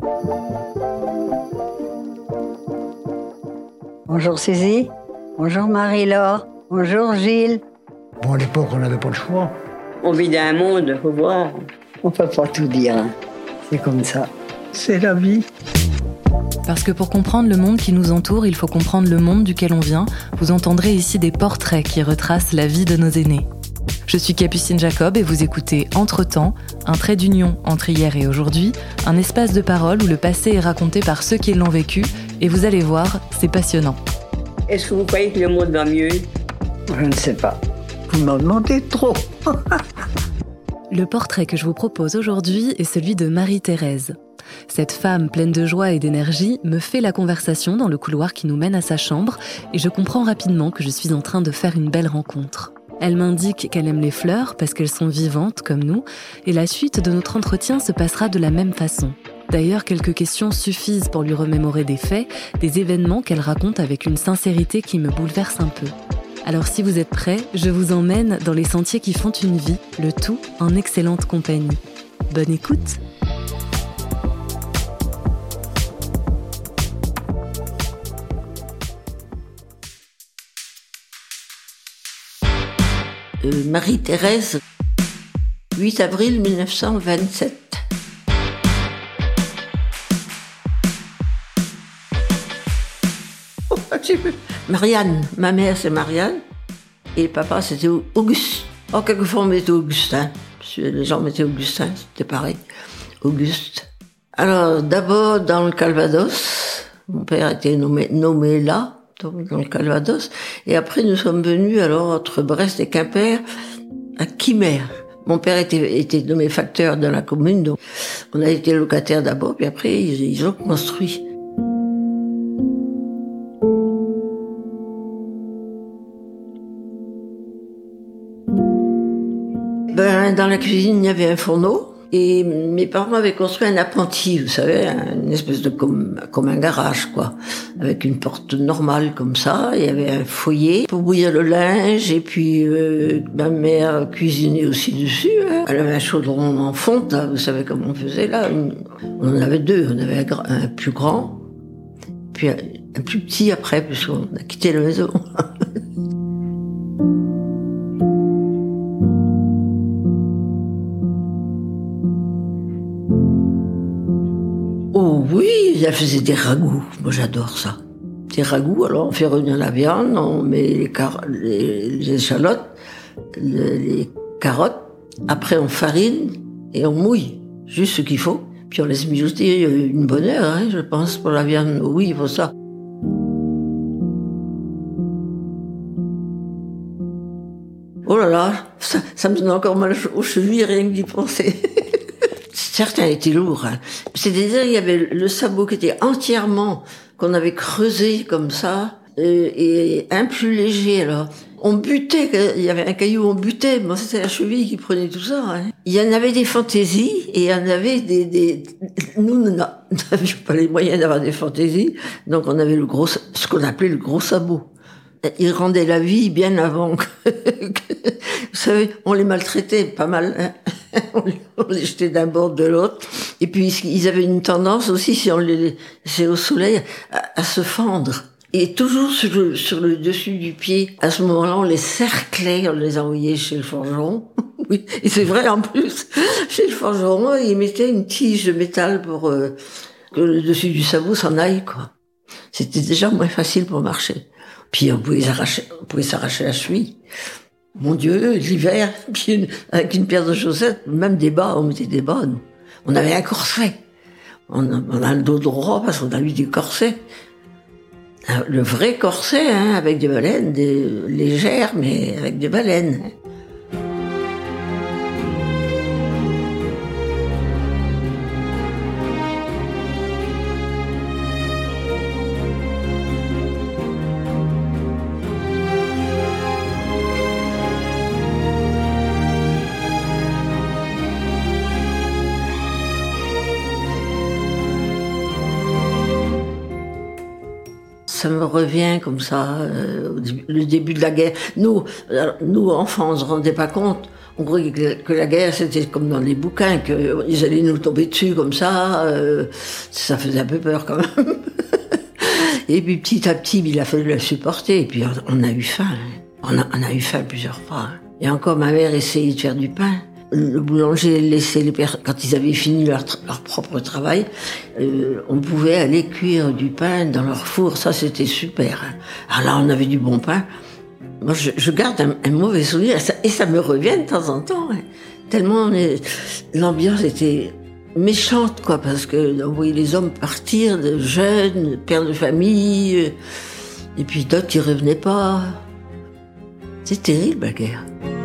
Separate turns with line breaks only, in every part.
Bonjour Suzy, bonjour Marie-Laure, bonjour Gilles.
Bon, à l'époque, on n'avait pas le choix.
On vit dans un monde, faut voir.
On peut pas tout dire, hein. C'est comme ça.
C'est la vie.
Parce que pour comprendre le monde qui nous entoure, il faut comprendre le monde duquel on vient. Vous entendrez ici des portraits qui retracent la vie de nos aînés. Je suis Capucine Jacob et vous écoutez Entre-temps, un trait d'union entre hier et aujourd'hui, un espace de parole où le passé est raconté par ceux qui l'ont vécu, et vous allez voir, c'est passionnant.
Est-ce que vous croyez que le monde va mieux?
Je ne sais pas.
Vous m'en demandez trop.
Le portrait que je vous propose aujourd'hui est celui de Marie-Thérèse. Cette femme pleine de joie et d'énergie me fait la conversation dans le couloir qui nous mène à sa chambre et je comprends rapidement que je suis en train de faire une belle rencontre. Elle m'indique qu'elle aime les fleurs parce qu'elles sont vivantes comme nous et la suite de notre entretien se passera de la même façon. D'ailleurs, quelques questions suffisent pour lui remémorer des faits, des événements qu'elle raconte avec une sincérité qui me bouleverse un peu. Alors si vous êtes prêts, je vous emmène dans les sentiers qui font une vie, le tout en excellente compagnie. Bonne écoute!
Marie-Thérèse, 8 avril 1927. Marianne, ma mère c'est Marianne, et le papa c'était Auguste. Oh, quelquefois on mettait Augustin, parce que les gens mettaient Augustin, c'était pareil, Auguste. Alors d'abord dans le Calvados, mon père était nommé là, donc dans le Calvados, et après nous sommes venus alors entre Brest et Quimper à Quimer. Mon père était nommé facteur dans la commune, donc on a été locataire d'abord, puis après ils ont construit. Dans la cuisine, il y avait un fourneau et mes parents avaient construit un appentis, vous savez, une espèce de comme un garage, quoi, avec une porte normale comme ça. Il y avait un foyer pour bouillir le linge et puis ma mère cuisinait aussi dessus. Hein. Elle avait un chaudron en fonte, là, vous savez comment on faisait là. On en avait deux, on avait un plus grand, puis un plus petit après, puisqu'on a quitté la maison. Oh oui, elle faisait des ragoûts. Moi, j'adore ça. Des ragoûts, alors on fait revenir la viande, on met les échalotes, les carottes. Après, on farine et on mouille, juste ce qu'il faut. Puis on laisse mijoter une bonne heure, hein, je pense, pour la viande. Oui, il faut ça. Oh là là, ça me donne encore mal aux chevilles, rien que d'y penser. Certains étaient lourds. Hein. C'est-à-dire, il y avait le sabot qui était entièrement, qu'on avait creusé comme ça, et un plus léger, alors. On butait, il y avait un caillou, on butait, bon, c'était la cheville qui prenait tout ça. Hein. Il y en avait des fantaisies, et il y en avait nous n'avions pas les moyens d'avoir des fantaisies, donc on avait ce qu'on appelait le gros sabot. Ils rendaient la vie bien avant vous savez, on les maltraitait pas mal, hein. On les jetait d'un bord de l'autre. Et puis, ils avaient une tendance aussi, si on les laissait au soleil, à se fendre. Et toujours sur le dessus du pied. À ce moment-là, on les cerclait, on les envoyait chez le forgeron. Oui, et c'est vrai en plus. Chez le forgeron, ils mettaient une tige de métal pour que le dessus du sabot s'en aille, quoi. C'était déjà moins facile pour marcher. Puis on pouvait s'arracher la cheville. Mon Dieu, l'hiver, puis avec une paire de chaussettes, même des bas, on mettait des bas. On avait un corset. On a le dos droit parce qu'on a eu des corsets. Le vrai corset, hein, avec des baleines, légères, mais avec des baleines. ça me revient comme ça, le début de la guerre. Nous, enfants, on se rendait pas compte. On croyait que la guerre, c'était comme dans les bouquins, qu'ils allaient nous tomber dessus comme ça. Ça faisait un peu peur quand même. Et puis petit à petit, il a fallu la supporter. Et puis on a eu faim. On a eu faim plusieurs fois. Et encore, ma mère essayait de faire du pain. Le boulanger laissait quand ils avaient fini leur propre travail, on pouvait aller cuire du pain dans leur four. Ça, c'était super. Alors là, on avait du bon pain. Moi, je garde un mauvais souvenir, et ça me revient de temps en temps. Tellement l'ambiance était méchante, quoi, parce que on voyait les hommes partir, de jeunes, pères de famille, et puis d'autres qui revenaient pas. C'est terrible, la guerre.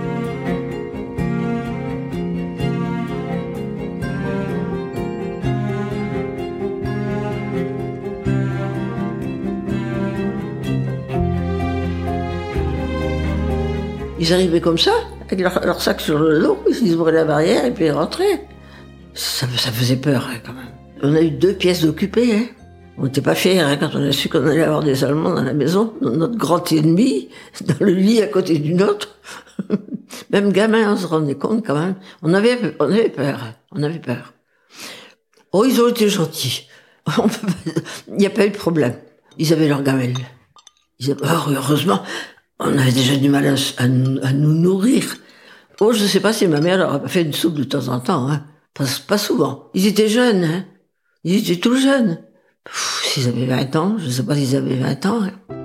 Ils arrivaient comme ça, avec leur sac sur le dos, ils ouvraient la barrière et puis ils rentraient. Ça faisait peur, hein, quand même. On a eu 2 pièces occupées, hein. On n'était pas fiers, hein, quand on a su qu'on allait avoir des Allemands dans la maison, notre grand ennemi, dans le lit à côté du nôtre. Même gamin, on se rendait compte quand même. On avait peur, hein. On avait peur. Oh, ils ont été gentils. Il n'y a pas eu de problème. Ils avaient leur gamelle. Heureusement, on avait déjà du mal à nous nourrir. Oh, je ne sais pas si ma mère leur a fait une soupe de temps en temps, hein. Pas souvent. Ils étaient jeunes, hein. Ils étaient tout jeunes. S'ils avaient 20 ans, je ne sais pas s'ils avaient 20 ans, hein.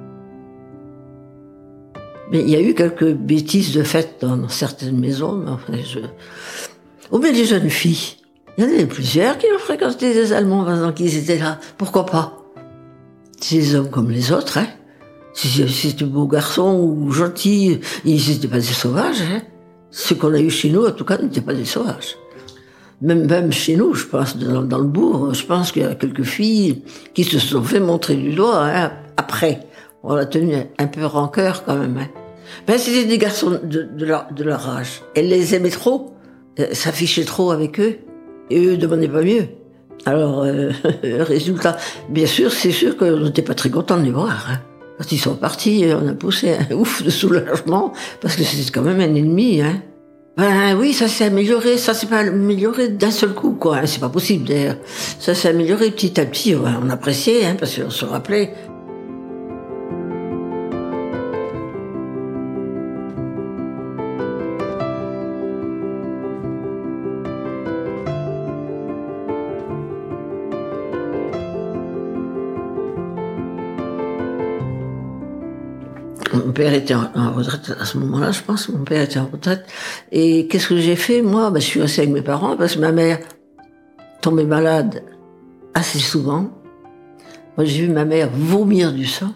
Mais il y a eu quelques bêtises de fait dans certaines maisons, mais enfin, Oh, mais les jeunes filles. Il y en avait plusieurs qui ont fréquenté des Allemands pendant qu'ils étaient là. Pourquoi pas? C'est des hommes comme les autres, hein. Si c'était beaux garçons ou gentils, ils n'étaient pas des sauvages, hein. Ceux qu'on a eu chez nous, en tout cas, n'étaient pas des sauvages. Même chez nous, je pense, dans le bourg, je pense qu'il y a quelques filles qui se sont fait montrer du doigt, hein, après. On a tenu un peu rancœur, quand même, hein. Ben, c'était des garçons de leur âge. Elles les aimaient trop, s'affichaient trop avec eux, et eux demandaient pas mieux. Alors, résultat, bien sûr, c'est sûr qu'on n'était pas très contents de les voir, hein. Quand ils sont partis, on a poussé un ouf de soulagement, parce que c'était quand même un ennemi, hein. Ben oui, ça s'est amélioré, ça s'est pas amélioré d'un seul coup, quoi, hein, c'est pas possible d'ailleurs. Ça s'est amélioré petit à petit, ouais, on appréciait, hein, parce qu'on se rappelait. Mon père était en retraite à ce moment-là, je pense. Mon père était en retraite. Et qu'est-ce que j'ai fait, moi? Ben, je suis restée avec mes parents parce que ma mère tombait malade assez souvent. Moi, j'ai vu ma mère vomir du sang.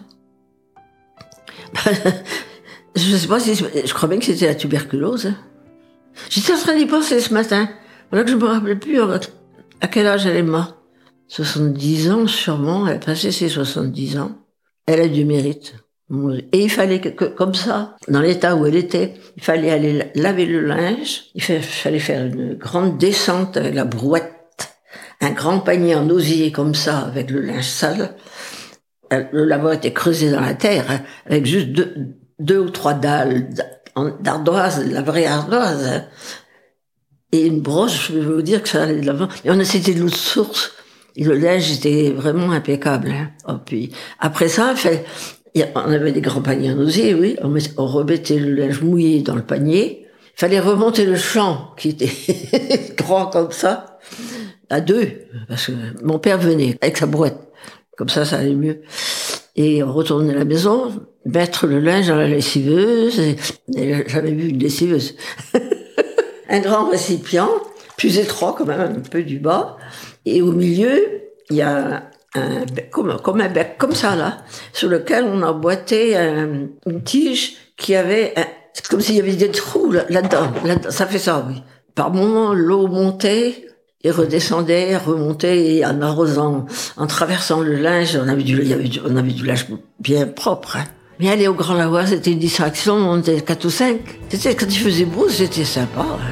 Je sais pas si... Je crois bien que c'était la tuberculose, hein. J'étais en train d'y penser ce matin. Voilà que je me rappelais plus à quel âge elle est morte. 70 ans, sûrement. Elle a passé ses 70 ans. Elle a du mérite. Et il fallait que, comme ça, dans l'état où elle était, il fallait aller laver le linge, il fallait faire une grande descente avec la brouette, un grand panier en osier comme ça, avec le linge sale. Le lavabo était creusé dans la terre, hein, avec juste deux ou 3 dalles d'ardoise, la vraie ardoise, hein. Et une broche, je peux vous dire que ça allait de l'avant. Et c'était de l'eau de source. Et le linge était vraiment impeccable, hein. Oh, puis, après ça, on avait des grands paniers en osier, oui. On remettait le linge mouillé dans le panier. Il fallait remonter le champ, qui était grand comme ça, à 2. Parce que mon père venait avec sa brouette. Comme ça allait mieux. Et on retournait à la maison, mettre le linge dans la lessiveuse. Et j'avais vu une lessiveuse. Un grand récipient, plus étroit quand même, un peu du bas. Et au milieu, il y a comme un bec, comme ça, là, sur lequel on emboîtait une tige qui avait c'est comme s'il y avait des trous là-dedans. Ça fait ça, oui. Par moments, l'eau montait et redescendait, remontait, et en arrosant, en traversant le linge, on avait du linge bien propre, hein. Mais aller au Grand Lavoir, c'était une distraction, on était 4 ou 5. Quand il faisait beau, c'était sympa, hein.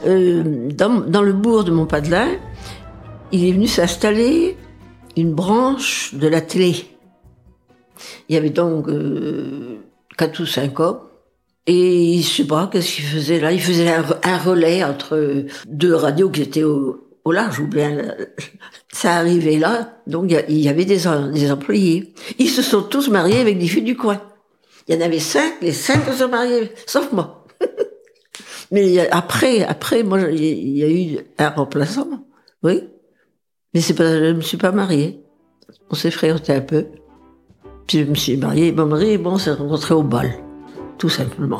dans le bourg de Montpadelin, il est venu s'installer une branche de la télé. Il y avait donc 4 ou 5 hommes. Et je sais pas, qu'est-ce qu'il faisait là? Il faisait un relais entre 2 radios qui étaient au large, ou bien ça arrivait là. Donc il y avait des employés. Ils se sont tous mariés avec des filles du coin. Il y en avait 5, les 5 se sont mariés, sauf moi. Mais après, moi, il y a eu un remplaçant, oui. Mais je me suis pas mariée. On s'est fréquenté un peu. Puis je me suis mariée. Mon mari, on s'est rencontrés au bal. Tout simplement.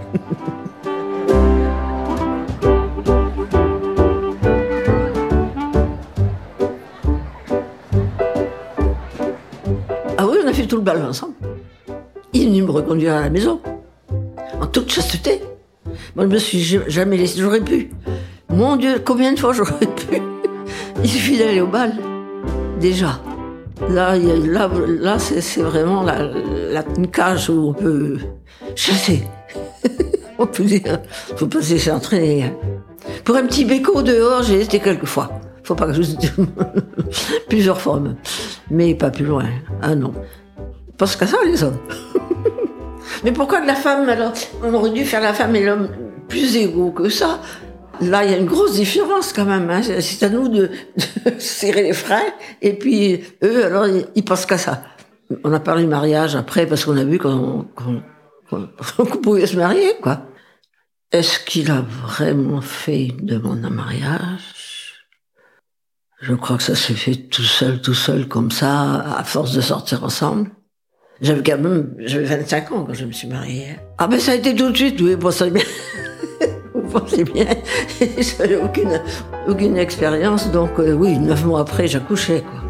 Ah oui, on a fait tout le bal ensemble. Il est venu me reconduire à la maison. En toute chasteté. Moi, je me suis jamais laissé. J'aurais pu. Mon Dieu, combien de fois j'aurais pu. Il suffit d'aller au bal. Déjà. Là, c'est vraiment une cage où on peut chasser. On peut dire. Faut pas se laisser entraîner. Hein. Pour un petit béco dehors, j'ai été quelques fois. Faut pas que je plusieurs fois même. Mais pas plus loin. Ah non. Parce qu'à ça, les hommes. Mais pourquoi de la femme, alors? On aurait dû faire la femme et l'homme plus égaux que ça. Là, il y a une grosse différence quand même. Hein. C'est à nous de serrer les freins. Et puis, eux, alors, ils pensent qu'à ça. On a parlé du mariage après parce qu'on a vu qu'on pouvait se marier, quoi. Est-ce qu'il a vraiment fait une demande en mariage? Je crois que ça s'est fait tout seul, comme ça, à force de sortir ensemble. J'avais 25 ans quand je me suis mariée. Ah ben ça a été tout de suite, oui, bon, ça bien. Vous pensez bien, j'avais aucune expérience, donc oui, 9 mois après, j'accouchais, quoi.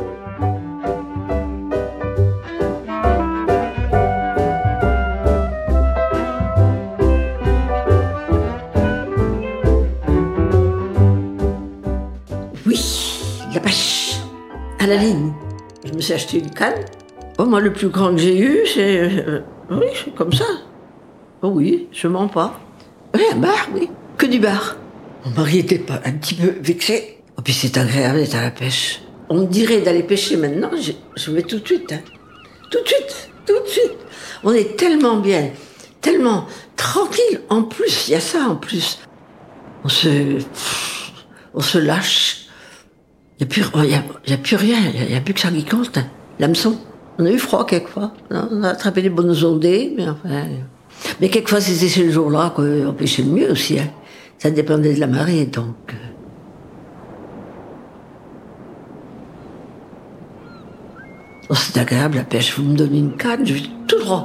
Oui, la pêche, à la ligne. Je me suis acheté une canne. Oh, moi, le plus grand que j'ai eu, oui, c'est comme ça. Oh oui, je mens pas. Oui, un bar, oui. Que du bar. Mon mari était pas un petit peu vexé. Oh, puis c'est agréable d'être à la pêche. On me dirait d'aller pêcher maintenant, je vais tout de suite. Hein. Tout de suite. On est tellement bien, tellement tranquille. En plus, il y a ça en plus. On se lâche. Il n'y a plus rien. Il n'y a plus que ça qui compte. Hein. L'hameçon. On a eu froid quelquefois. On a attrapé des bonnes ondées, mais enfin... Mais quelquefois, c'était ce jour-là qu'on pêchait le mieux aussi. Hein. Ça dépendait de la marée, donc... Oh, c'est agréable, la pêche. Vous me donnez une canne, je vais tout droit.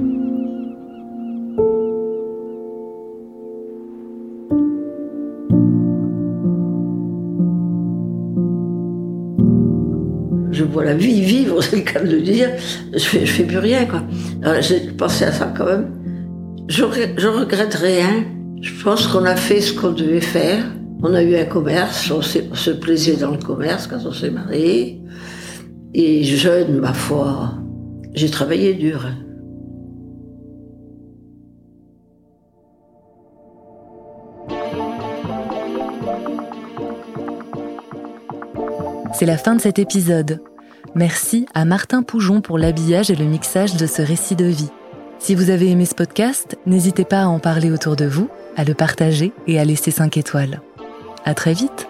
Je vois la vie vivre, c'est le cas de le dire. Je fais plus rien, quoi. Alors, j'ai pensé à ça quand même. Je regrette rien. Je pense qu'on a fait ce qu'on devait faire. On a eu un commerce, on se plaisait dans le commerce quand on s'est mariés. Et jeune, ma foi, j'ai travaillé dur. Hein.
C'est la fin de cet épisode. Merci à Martin Poujon pour l'habillage et le mixage de ce récit de vie. Si vous avez aimé ce podcast, n'hésitez pas à en parler autour de vous, à le partager et à laisser 5 étoiles. À très vite!